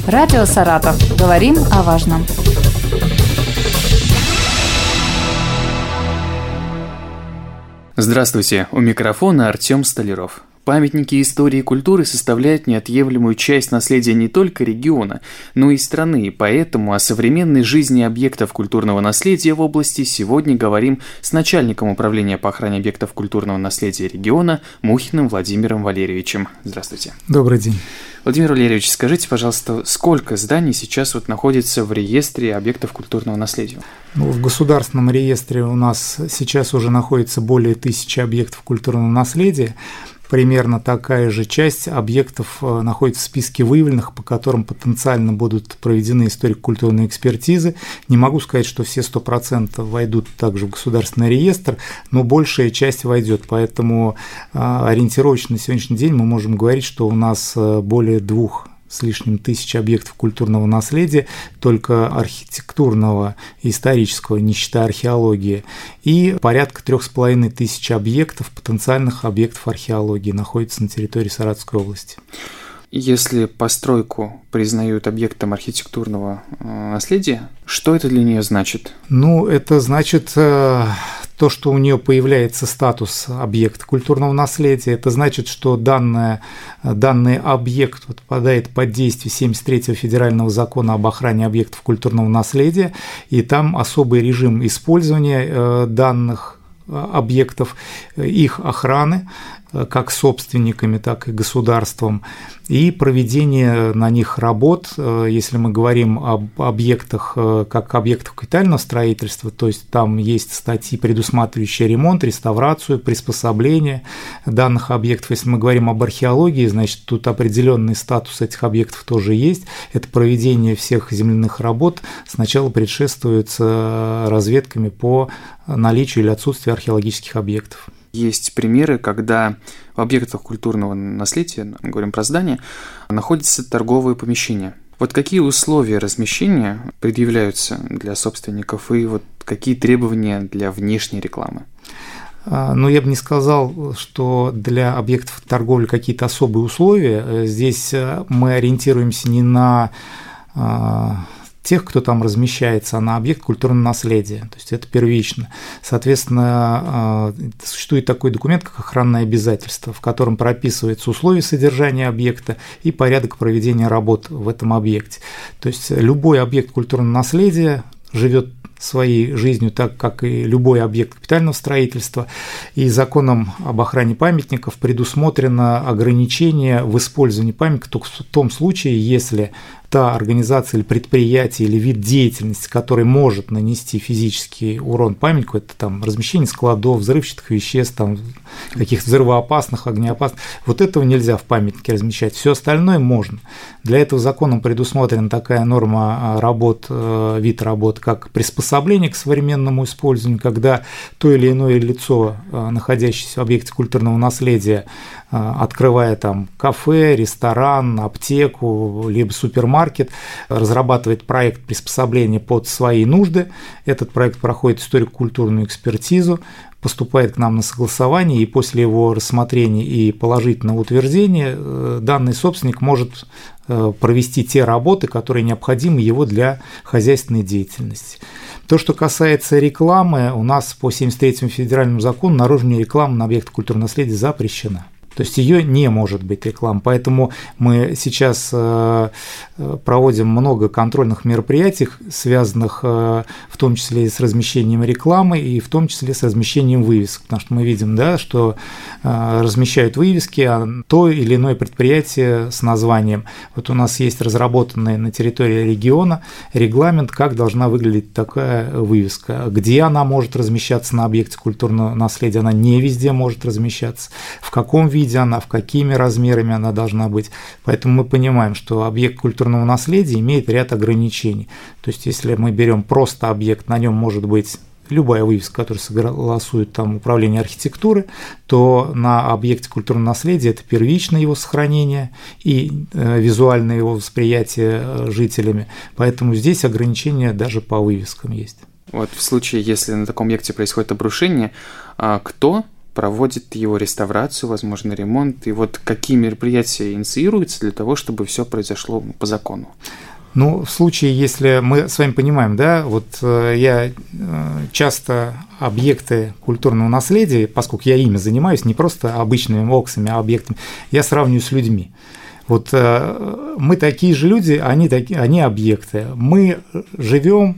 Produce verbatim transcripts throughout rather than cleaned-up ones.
Радио «Саратов». Говорим о важном. Здравствуйте, у микрофона Артем Столяров. Памятники истории и культуры составляют неотъемлемую часть наследия не только региона, но и страны, и поэтому о современной жизни объектов культурного наследия в области сегодня говорим с начальником управления по охране объектов культурного наследия региона Мухиным Владимиром Валерьевичем. Здравствуйте. Добрый день. Владимир Валерьевич, скажите, пожалуйста, сколько зданий сейчас вот находится в реестре объектов культурного наследия? Ну, в государственном реестре у нас сейчас уже находится более тысячи объектов культурного наследия. Примерно такая же часть объектов находится в списке выявленных, по которым потенциально будут проведены историко-культурные экспертизы. Не могу сказать, что все сто процентов войдут также в государственный реестр, но большая часть войдет. Поэтому ориентировочно на сегодняшний день мы можем говорить, что у нас более двух с лишним тысяч объектов культурного наследия, только архитектурного и исторического, не считая археологии, и порядка трех с половиной тысяч объектов, потенциальных объектов археологии, находится на территории Саратовской области. Если постройку признают объектом архитектурного наследия, что это для нее значит? Ну, это значит то, что у нее появляется статус объекта культурного наследия. Это значит, что данное, данный объект попадает под действие семьдесят третьего федерального закона об охране объектов культурного наследия, и там особый режим использования данных объектов, их охраны, как собственниками, так и государством, и проведение на них работ, если мы говорим об объектах, как объектах капитального строительства, то есть там есть статьи, предусматривающие ремонт, реставрацию, приспособление данных объектов. Если мы говорим об археологии, значит, тут определенный статус этих объектов тоже есть. Это проведение всех земляных работ сначала предшествуется разведками по наличию или отсутствию археологических объектов. Есть примеры, когда в объектах культурного наследия, мы говорим про здания, находятся торговые помещения. Вот какие условия размещения предъявляются для собственников и вот какие требования для внешней рекламы? Но я бы не сказал, что для объектов торговли какие-то особые условия. Здесь мы ориентируемся не на тех, кто там размещается, а на объект культурного наследия, то есть это первично. Соответственно, существует такой документ, как охранное обязательство, в котором прописываются условия содержания объекта и порядок проведения работ в этом объекте. То есть любой объект культурного наследия живет своей жизнью, так как и любой объект капитального строительства, и законом об охране памятников предусмотрено ограничение в использовании памятника только в том случае, если та организация или предприятие или вид деятельности, который может нанести физический урон памятнику, это там размещение складов, взрывчатых веществ, там, каких-то взрывоопасных, огнеопасных, вот этого нельзя в памятнике размещать, все остальное можно. Для этого законом предусмотрена такая норма работ, вид работ, как приспособление к современному использованию, когда то или иное лицо, находящееся в объекте культурного наследия, открывая там кафе, ресторан, аптеку, либо супермаркет, разрабатывает проект приспособления под свои нужды. Этот проект проходит историко-культурную экспертизу, поступает к нам на согласование, и после его рассмотрения и положительного утверждения данный собственник может провести те работы, которые необходимы его для хозяйственной деятельности. То, что касается рекламы, у нас по семьдесят третьему федеральному закону наружная реклама на объектах культурного наследия запрещена. То есть ее не может быть реклама, поэтому мы сейчас проводим много контрольных мероприятий, связанных в том числе и с размещением рекламы, и в том числе с размещением вывесок, потому что мы видим, да, что размещают вывески, а то или иное предприятие с названием. Вот у нас есть разработанный на территории региона регламент, как должна выглядеть такая вывеска, где она может размещаться на объекте культурного наследия, она не везде может размещаться, в каком виде она, в какими размерами она должна быть. Поэтому мы понимаем, что объект культурного наследия имеет ряд ограничений. То есть, если мы берем просто объект, на нем может быть любая вывеска, которая согласует там управление архитектуры, то на объекте культурного наследия это первичное его сохранение и э, визуальное его восприятие жителями. Поэтому здесь ограничения даже по вывескам есть. Вот в случае, если на таком объекте происходит обрушение, кто проводит его реставрацию, возможно, ремонт, и вот какие мероприятия инициируются для того, чтобы все произошло по закону? Ну, в случае, если мы с вами понимаем, да, вот э, я э, часто объекты культурного наследия, поскольку я ими занимаюсь, не просто обычными ОКСами, а объектами, я сравниваю с людьми. Вот э, мы такие же люди, они, таки, они объекты. Мы живем,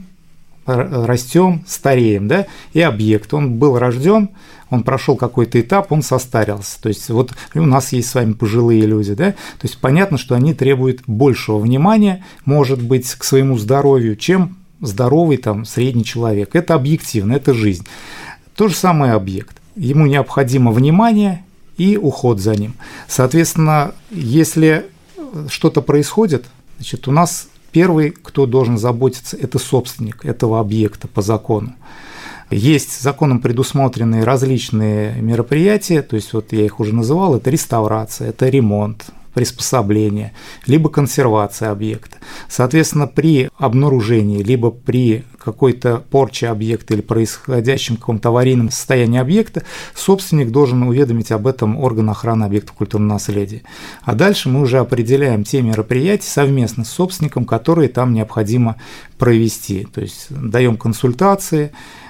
растем, стареем, да, и объект, он был рожден, он прошел какой-то этап, он состарился. То есть вот у нас есть с вами пожилые люди, да, то есть понятно, что они требуют большего внимания, может быть, к своему здоровью, чем здоровый там средний человек. Это объективно, это жизнь. То же самое объект. Ему необходимо внимание и уход за ним. Соответственно, если что-то происходит, значит, у нас первый, кто должен заботиться, это собственник этого объекта по закону. Есть законом предусмотренные различные мероприятия, то есть вот я их уже называл, это реставрация, это ремонт, приспособление, либо консервация объекта. Соответственно, при обнаружении, либо при какой-то порче объекта или происходящем каком-то аварийном состоянии объекта, собственник должен уведомить об этом орган охраны объектов культурного наследия. А дальше мы уже определяем те мероприятия совместно с собственником, которые там необходимо провести. То есть даем консультации,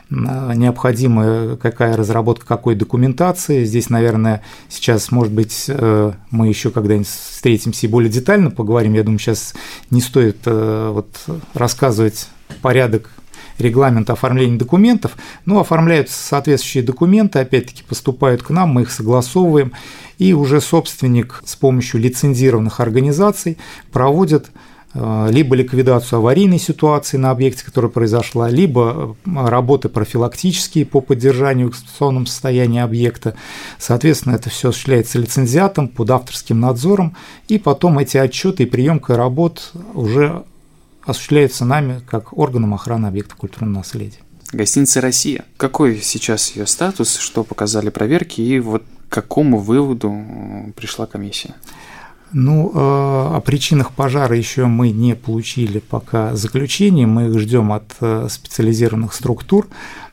необходима какая разработка какой документации. Здесь, наверное, сейчас, может быть, мы еще когда-нибудь встретимся и более детально поговорим. Я думаю, сейчас не стоит вот рассказывать порядок регламента оформления документов, но оформляются соответствующие документы, опять-таки поступают к нам, мы их согласовываем, и уже собственник с помощью лицензированных организаций проводит либо ликвидацию аварийной ситуации на объекте, которая произошла, либо работы профилактические по поддержанию в эксплуатационном состоянии объекта. Соответственно, это все осуществляется лицензиатом под авторским надзором, и потом эти отчеты и приемка работ уже осуществляются нами как органом охраны объектов культурного наследия. Гостиница «Россия». Какой сейчас ее статус, что показали проверки, и вот к какому выводу пришла комиссия? Ну, о причинах пожара еще мы не получили пока заключения, мы их ждем от специализированных структур.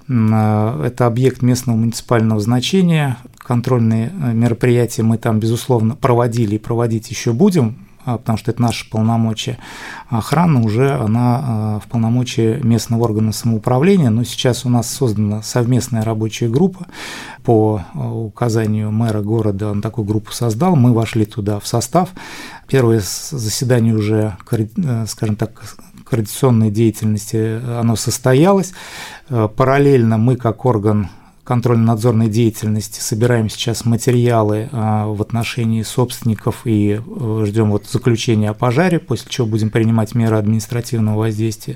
Это объект местного муниципального значения, контрольные мероприятия мы там, безусловно, проводили и проводить еще будем, потому что это наши полномочия. Охрана уже она в полномочии местного органа самоуправления, но сейчас у нас создана совместная рабочая группа по указанию мэра города, он такую группу создал, мы вошли туда в состав. Первое заседание уже, скажем так, координационной деятельности, оно состоялось. Параллельно мы как орган контрольно-надзорной деятельности собираем сейчас материалы в отношении собственников и ждем вот заключения о пожаре, после чего будем принимать меры административного воздействия.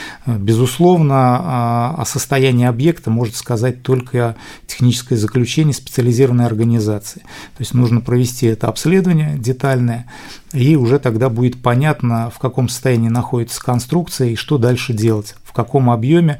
Безусловно, о состоянии объекта может сказать только техническое заключение специализированной организации. То есть нужно провести это обследование детальное, и уже тогда будет понятно, в каком состоянии находится конструкция и что дальше делать, в каком объеме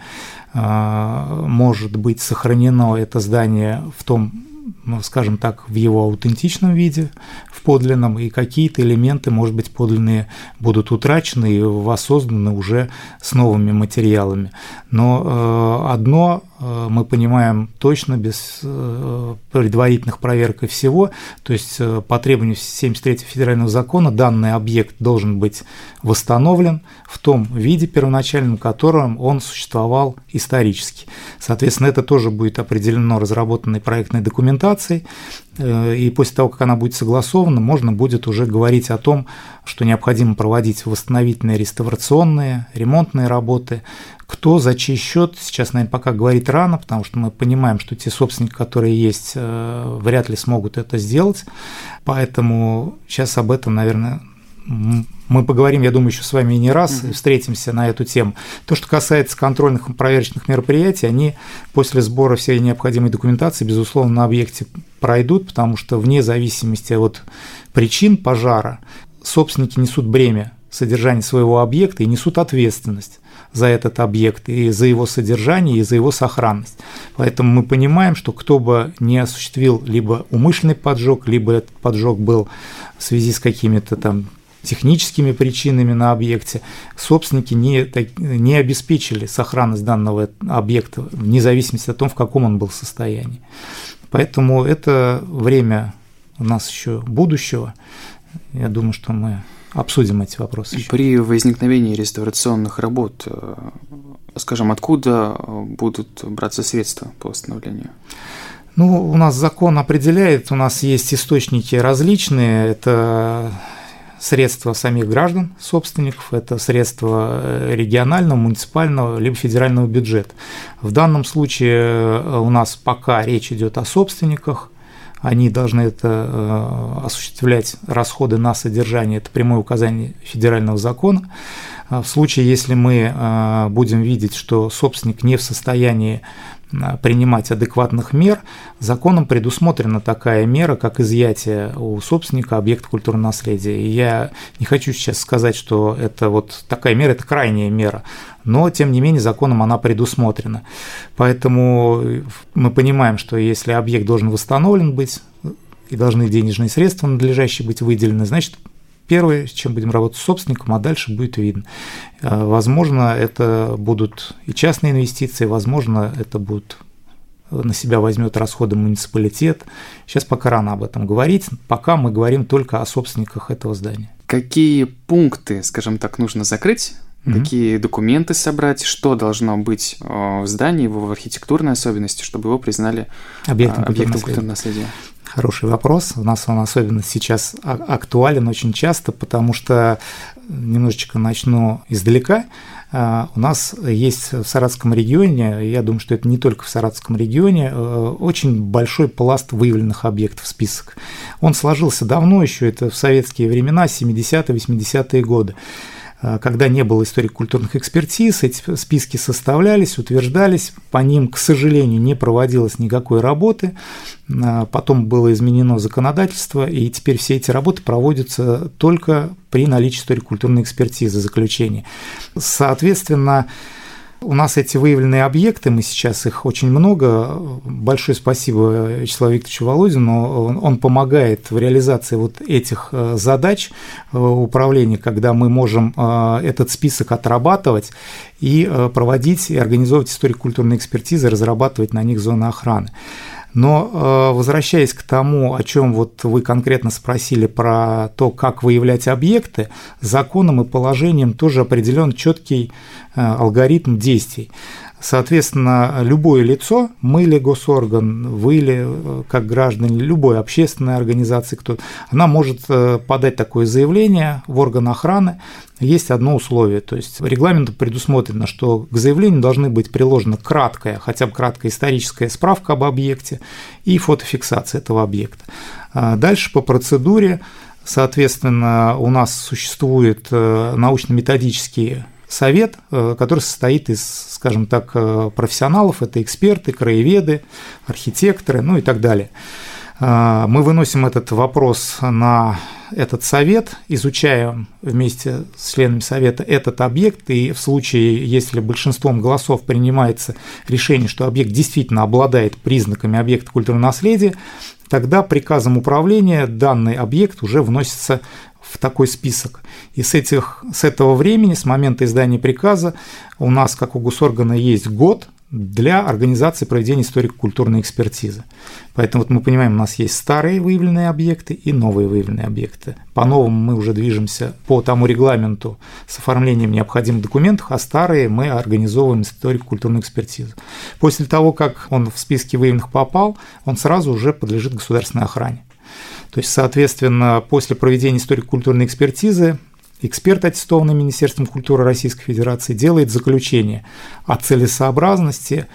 может быть сохранено это здание в том, ну, скажем так, в его аутентичном виде, в подлинном, и какие-то элементы, может быть, подлинные будут утрачены и воссозданы уже с новыми материалами. Но э, одно э, мы понимаем точно, без э, предварительных проверок и всего, то есть э, по требованию семьдесят третьего федерального закона данный объект должен быть восстановлен в том виде первоначальном, в котором он существовал исторически. Соответственно, это тоже будет определено разработанной проектной документацией, и после того, как она будет согласована, можно будет уже говорить о том, что необходимо проводить восстановительные, реставрационные, ремонтные работы. Кто, за чей счет, сейчас, наверное, пока говорить рано, потому что мы понимаем, что те собственники, которые есть, вряд ли смогут это сделать, поэтому сейчас об этом, наверное, мы поговорим, я думаю, еще с вами и не раз, mm-hmm. встретимся на эту тему. То, что касается контрольных и проверочных мероприятий, они после сбора всей необходимой документации, безусловно, на объекте пройдут, потому что вне зависимости от причин пожара собственники несут бремя содержания своего объекта и несут ответственность за этот объект, и за его содержание, и за его сохранность. Поэтому мы понимаем, что кто бы не осуществил либо умышленный поджог, либо этот поджог был в связи с какими-то там техническими причинами на объекте, собственники не, не обеспечили сохранность данного объекта вне зависимости от того, в каком он был состоянии. Поэтому это время у нас еще будущего. Я думаю, что мы обсудим эти вопросы еще. При возникновении реставрационных работ, скажем, откуда будут браться средства по восстановлению? Ну, у нас закон определяет, у нас есть источники различные, это средства самих граждан, собственников, это средства регионального, муниципального, либо федерального бюджета. В данном случае у нас пока речь идет о собственниках, они должны это осуществлять расходы на содержание, это прямое указание федерального закона. В случае, если мы будем видеть, что собственник не в состоянии принимать адекватных мер, законом предусмотрена такая мера, как изъятие у собственника объекта культурного наследия. И я не хочу сейчас сказать, что это вот такая мера, это крайняя мера, но, тем не менее, законом она предусмотрена. Поэтому мы понимаем, что если объект должен восстановлен быть и должны денежные средства надлежащие быть выделены, значит, первое, с чем будем работать с собственником, а дальше будет видно. Возможно, это будут и частные инвестиции, возможно, это будут на себя возьмет расходы муниципалитет. Сейчас пока рано об этом говорить, пока мы говорим только о собственниках этого здания. Какие пункты, скажем так, нужно закрыть? Mm-hmm. Какие документы собрать? Что должно быть в здании, в архитектурной особенности, чтобы его признали объектом, объектом культурного наследия? Хороший вопрос. У нас он особенно сейчас актуален очень часто, потому что, немножечко начну издалека, у нас есть в Саратовском регионе, я думаю, что это не только в Саратовском регионе, очень большой пласт выявленных объектов, список. Он сложился давно еще, это в советские времена, семидесятые, восьмидесятые годы. Когда не было историко-культурных экспертиз, эти списки составлялись, утверждались, по ним, к сожалению, не проводилось никакой работы, потом было изменено законодательство, и теперь все эти работы проводятся только при наличии историко-культурной экспертизы, заключения. Соответственно, у нас эти выявленные объекты, мы сейчас их очень много, большое спасибо Вячеславу Викторовичу Володину, он, он помогает в реализации вот этих задач управления, когда мы можем этот список отрабатывать и проводить и организовывать историко-культурные экспертизы, разрабатывать на них зоны охраны. Но возвращаясь к тому, о чем вот вы конкретно спросили про то, как выявлять объекты, законом и положением тоже определен четкий алгоритм действий. Соответственно, любое лицо, мы ли госорган, вы ли как граждане, любой общественной организации, кто, она может подать такое заявление в орган охраны. Есть одно условие, то есть регламентом предусмотрено, что к заявлению должны быть приложена краткая, хотя бы краткая историческая справка об объекте и фотофиксация этого объекта. Дальше по процедуре, соответственно, у нас существует научно-методический совет, который состоит из, скажем так, профессионалов, это эксперты, краеведы, архитекторы, ну и так далее. Мы выносим этот вопрос на этот совет, изучаем вместе с членами совета этот объект, и в случае, если большинством голосов принимается решение, что объект действительно обладает признаками объекта культурного наследия, тогда приказом управления данный объект уже вносится в такой список. И с, этих, с этого времени, с момента издания приказа, у нас, как у госоргана, есть год для организации проведения историко-культурной экспертизы. Поэтому вот мы понимаем, у нас есть старые выявленные объекты и новые выявленные объекты. По-новому мы уже движемся по тому регламенту с оформлением необходимых документов, а старые мы организовываем историко-культурную экспертизу. После того, как он в списке выявленных попал, он сразу уже подлежит государственной охране. То есть, соответственно, после проведения историко-культурной экспертизы эксперт, аттестованный Министерством культуры Российской Федерации, делает заключение о целесообразности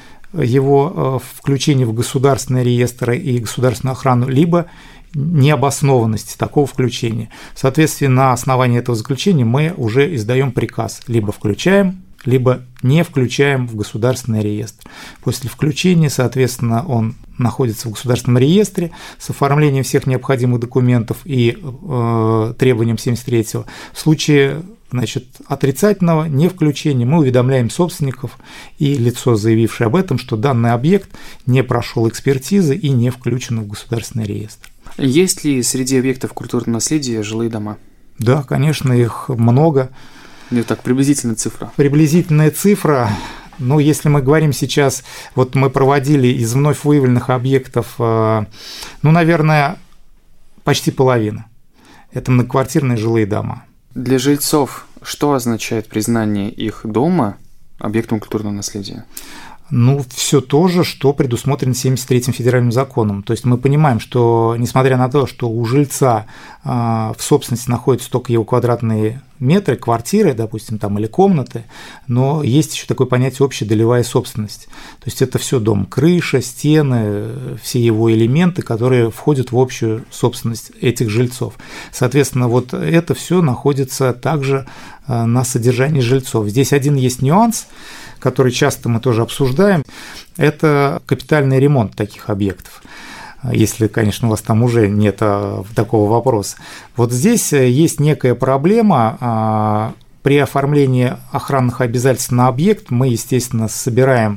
его включения в государственные реестры и государственную охрану, либо необоснованности такого включения. Соответственно, на основании этого заключения мы уже издаем приказ, либо включаем, либо не включаем в государственный реестр. После включения, соответственно, он находится в государственном реестре с оформлением всех необходимых документов и э, требованием семьдесят третьего. В случае, значит, отрицательного не включения мы уведомляем собственников и лицо, заявившее об этом, что данный объект не прошел экспертизы и не включен в государственный реестр. Есть ли среди объектов культурного наследия жилые дома? Да, конечно, их много. Ну, так, приблизительная цифра. Приблизительная цифра, Ну, если мы говорим сейчас, вот мы проводили из вновь выявленных объектов, ну, наверное, почти половина. Это многоквартирные жилые дома. Для жильцов что означает признание их дома объектом культурного наследия? Ну, все то же, что предусмотрено семьдесят третьим федеральным законом. То есть мы понимаем, что несмотря на то, что у жильца э, в собственности находятся только его квадратные метры, квартиры, допустим, там, или комнаты, но есть еще такое понятие общая долевая собственность. То есть это все дом, крыша, стены, все его элементы, которые входят в общую собственность этих жильцов. Соответственно, вот это все находится также э, на содержании жильцов. Здесь один есть нюанс, который часто мы тоже обсуждаем, это капитальный ремонт таких объектов, если, конечно, у вас там уже нет такого вопроса. Вот здесь есть некая проблема. При оформлении охранных обязательств на объект мы, естественно, собираем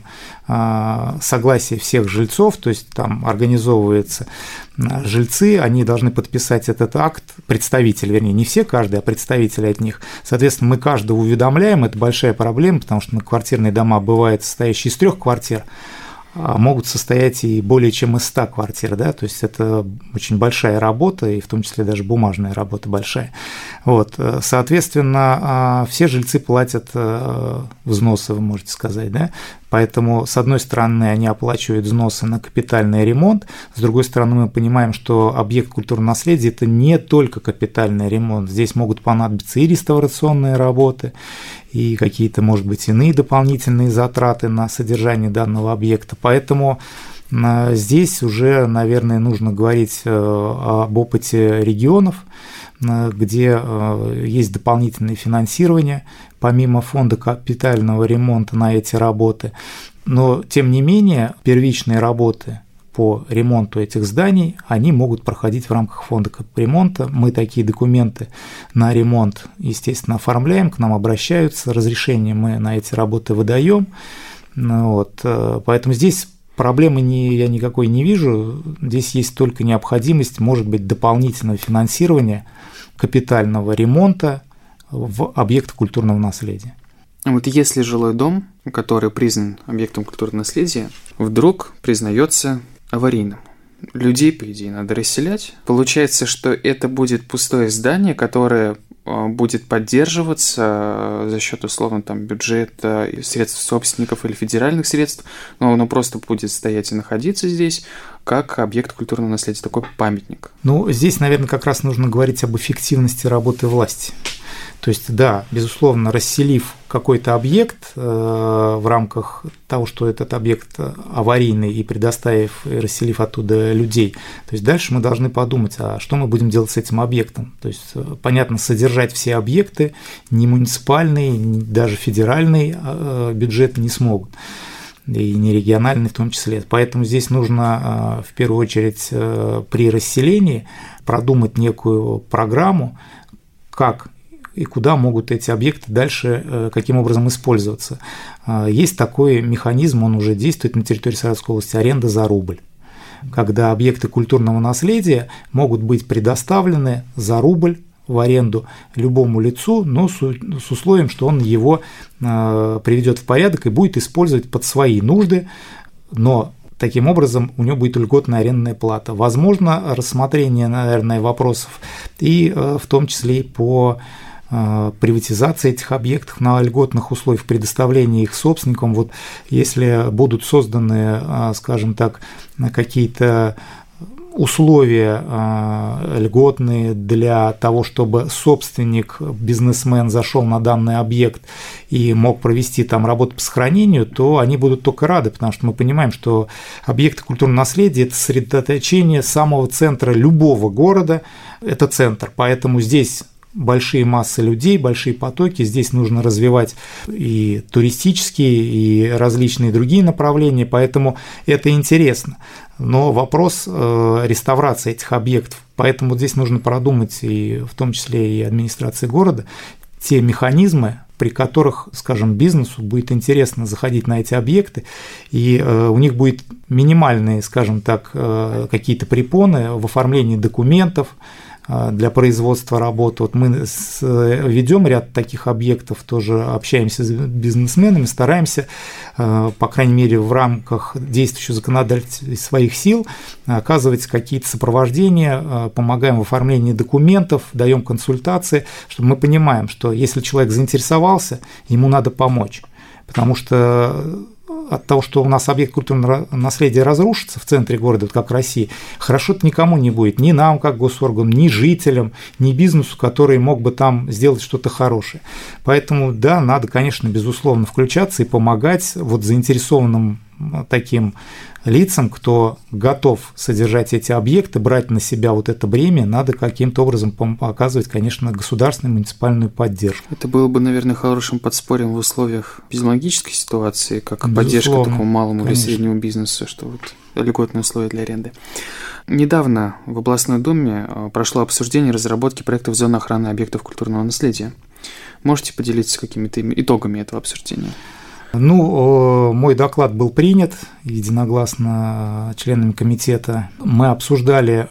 согласие всех жильцов, то есть там организовываются жильцы, они должны подписать этот акт, представители, вернее, не все, каждый, а представители от них. Соответственно, мы каждого уведомляем, это большая проблема, потому что многоквартирные дома бывают состоящие из трех квартир, а могут состоять и более чем из ста квартир, да, то есть это очень большая работа, и в том числе даже бумажная работа большая. Вот, соответственно, все жильцы платят взносы, вы можете сказать, да, поэтому, с одной стороны, они оплачивают взносы на капитальный ремонт, с другой стороны, мы понимаем, что объект культурного наследия – это не только капитальный ремонт, здесь могут понадобиться и реставрационные работы, и какие-то, может быть, иные дополнительные затраты на содержание данного объекта. Поэтому здесь уже, наверное, нужно говорить об опыте регионов, где есть дополнительное финансирование, помимо фонда капитального ремонта на эти работы. Но, тем не менее, первичные работы по ремонту этих зданий, они могут проходить в рамках фонда капремонта. Мы такие документы на ремонт, естественно, оформляем, к нам обращаются, разрешение мы на эти работы выдаем. Вот. Поэтому здесь проблемы не, я никакой не вижу, здесь есть только необходимость, может быть, дополнительного финансирования капитального ремонта в объектах культурного наследия. Вот если жилой дом, который признан объектом культурного наследия, вдруг признается аварийным, людей, по идее, надо расселять. Получается, что это будет пустое здание, которое будет поддерживаться за счет, условно, там, бюджета, средств собственников или федеральных средств, но оно просто будет стоять и находиться здесь как объект культурного наследия, такой памятник. Ну, здесь, наверное, как раз нужно говорить об эффективности работы власти. То есть, да, безусловно, расселив какой-то объект э, в рамках того, что этот объект аварийный, и предоставив, и расселив оттуда людей, то есть дальше мы должны подумать, а что мы будем делать с этим объектом. То есть, понятно, содержать все объекты ни муниципальные, ни даже федеральный э, бюджет не смогут, и не региональный в том числе. Поэтому здесь нужно э, в первую очередь э, при расселении продумать некую программу, как и куда могут эти объекты дальше, каким образом использоваться. Есть такой механизм, он уже действует на территории Саратовской области, аренда за рубль, когда объекты культурного наследия могут быть предоставлены за рубль в аренду любому лицу, но с условием, что он его приведет в порядок и будет использовать под свои нужды, но таким образом у него будет льготная арендная плата. Возможно, рассмотрение, наверное, вопросов и в том числе и по приватизации этих объектов на льготных условиях, предоставления их собственникам. Вот если будут созданы, скажем так, какие-то условия льготные для того, чтобы собственник, бизнесмен зашел на данный объект и мог провести там работу по сохранению, то они будут только рады, потому что мы понимаем, что объекты культурного наследия – это сосредоточение самого центра любого города, это центр, поэтому здесь большие массы людей, большие потоки, здесь нужно развивать и туристические, и различные другие направления, поэтому это интересно. Но вопрос э, реставрации этих объектов, поэтому здесь нужно продумать, и в том числе и администрации города, те механизмы, при которых, скажем, бизнесу будет интересно заходить на эти объекты, и э, у них будет минимальные, скажем так, э, какие-то препоны в оформлении документов, для производства работ. Вот мы ведем ряд таких объектов, тоже общаемся с бизнесменами, стараемся, по крайней мере, в рамках действующего законодательства своих сил оказывать какие-то сопровождения, помогаем в оформлении документов, даем консультации, чтобы мы понимаем, что если человек заинтересовался, ему надо помочь. Потому что от того, что у нас объект культурного наследия разрушится в центре города, вот как России, хорошо-то никому не будет, ни нам, как госоргану, ни жителям, ни бизнесу, который мог бы там сделать что-то хорошее. Поэтому, да, надо, конечно, безусловно, включаться и помогать вот заинтересованным таким лицам, кто готов содержать эти объекты, брать на себя вот это бремя, надо каким-то образом оказывать, конечно, государственную муниципальную поддержку. Это было бы, наверное, хорошим подспорьем в условиях безлогической ситуации, как безусловно, поддержка такому малому конечно. Или среднему бизнесу, что вот льготные условия для аренды. Недавно в областной думе прошло обсуждение разработки проектов зоны охраны объектов культурного наследия. Можете поделиться какими-то итогами этого обсуждения? Ну, мой доклад был принят единогласно членами комитета. Мы обсуждали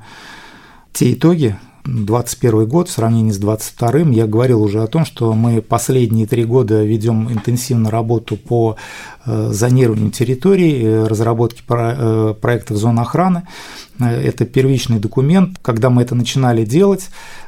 те итоги, двадцать первый год в сравнении с двадцать вторым. Я говорил уже о том, что мы последние три года ведем интенсивно работу по зонированию территорий, разработке проектов зон охраны. Это первичный документ. Когда мы это начинали делать,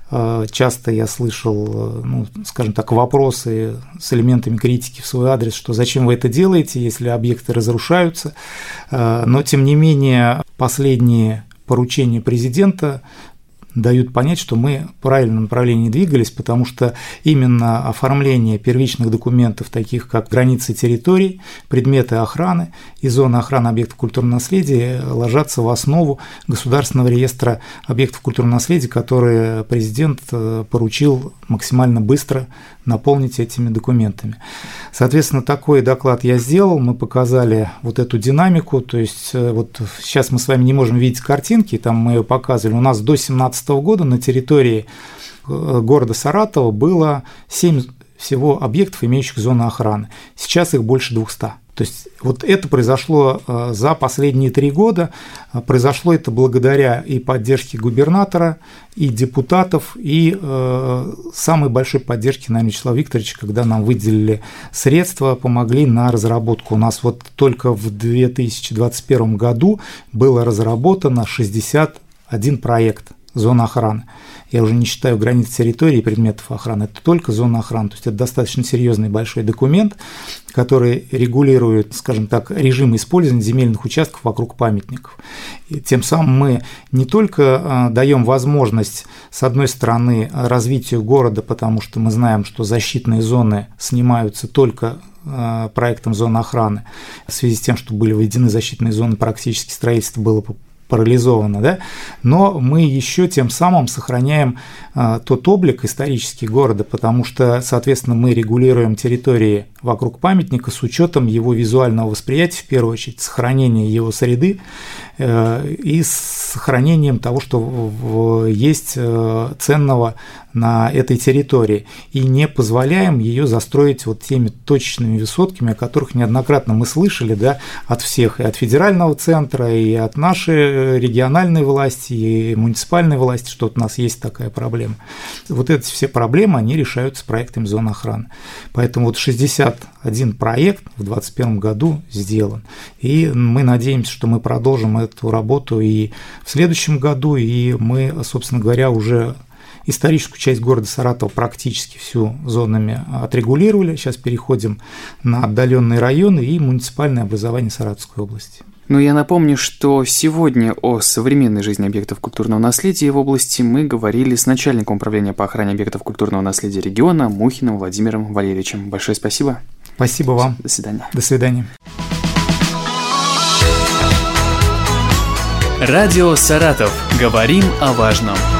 часто я слышал, ну, скажем так, вопросы с элементами критики в свой адрес, что зачем вы это делаете, если объекты разрушаются. Но, тем не менее, последние поручения президента дают понять, что мы в правильном направлении двигались, потому что именно оформление первичных документов, таких как границы территорий, предметы охраны и зоны охраны объектов культурного наследия, ложатся в основу государственного реестра объектов культурного наследия, который президент поручил максимально быстро наполнить этими документами. Соответственно, такой доклад я сделал, мы показали вот эту динамику, то есть вот сейчас мы с вами не можем видеть картинки, там мы ее показывали, у нас до две тысячи семнадцатого года на территории города Саратова было семь всего объектов, имеющих зону охраны, сейчас их больше двухсот. То есть вот это произошло за последние три года, произошло это благодаря и поддержке губернатора, и депутатов, и э, самой большой поддержке, наверное, Вячеслава Викторовича, когда нам выделили средства, помогли на разработку. У нас вот только в две тысячи двадцать первом году было разработано шестьдесят один проект зоны охраны. Я уже не считаю границ территории и предметов охраны, это только зона охраны. То есть это достаточно серьезный большой документ, который регулирует, скажем так, режим использования земельных участков вокруг памятников. И тем самым мы не только даем возможность, с одной стороны, развитию города, потому что мы знаем, что защитные зоны снимаются только проектом зоны охраны, в связи с тем, что были введены защитные зоны, практически строительство было парализовано, да? Но мы еще тем самым сохраняем а, тот облик исторический города, потому что, соответственно, мы регулируем территории вокруг памятника с учетом его визуального восприятия, в первую очередь, сохранения его среды э, и с сохранением того, что в, в, есть э, ценного на этой территории, и не позволяем ее застроить вот теми точечными высотками, о которых неоднократно мы слышали, да, от всех, и от федерального центра, и от нашей региональной власти, и муниципальной власти, что вот у нас есть такая проблема. Вот эти все проблемы, они решаются проектами зоны охраны. Поэтому вот шестьдесят один проект в двадцать первом году сделан, и мы надеемся, что мы продолжим эту работу и в следующем году, и мы, собственно говоря, уже историческую часть города Саратова практически всю зонами отрегулировали. Сейчас переходим на отдаленные районы и муниципальное образование Саратовской области. Ну, я напомню, что сегодня о современной жизни объектов культурного наследия в области мы говорили с начальником управления по охране объектов культурного наследия региона Мухиным Владимиром Валерьевичем. Большое спасибо. Спасибо вам. До свидания. До свидания. Радио «Саратов». Говорим о важном.